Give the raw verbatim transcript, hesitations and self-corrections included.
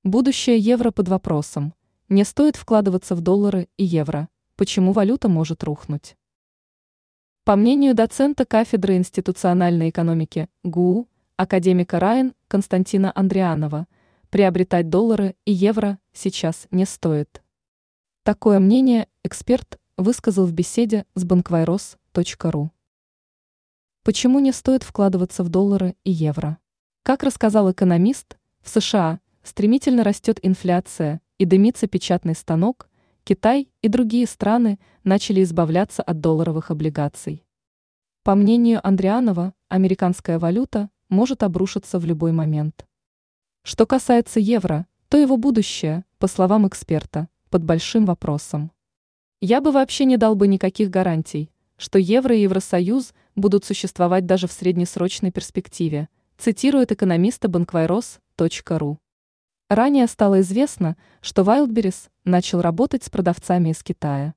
Будущее евро под вопросом. Не стоит вкладываться в доллары и евро. Почему валюта может рухнуть? По мнению доцента кафедры институциональной экономики ГУ, академика РАИН Константина Андрианова, приобретать доллары и евро сейчас не стоит. Такое мнение эксперт высказал в беседе с банквайрос точка ру. Почему не стоит вкладываться в доллары и евро? Как рассказал экономист, в США стремительно растет инфляция и дымится печатный станок, Китай и другие страны начали избавляться от долларовых облигаций. По мнению Андрианова, американская валюта может обрушиться в любой момент. Что касается евро, то его будущее, по словам эксперта, под большим вопросом. Я бы вообще не дал бы никаких гарантий, что евро и Евросоюз будут существовать даже в среднесрочной перспективе, цитирует экономиста банквайрос точка ру. Ранее стало известно, что Wildberries начал работать с продавцами из Китая.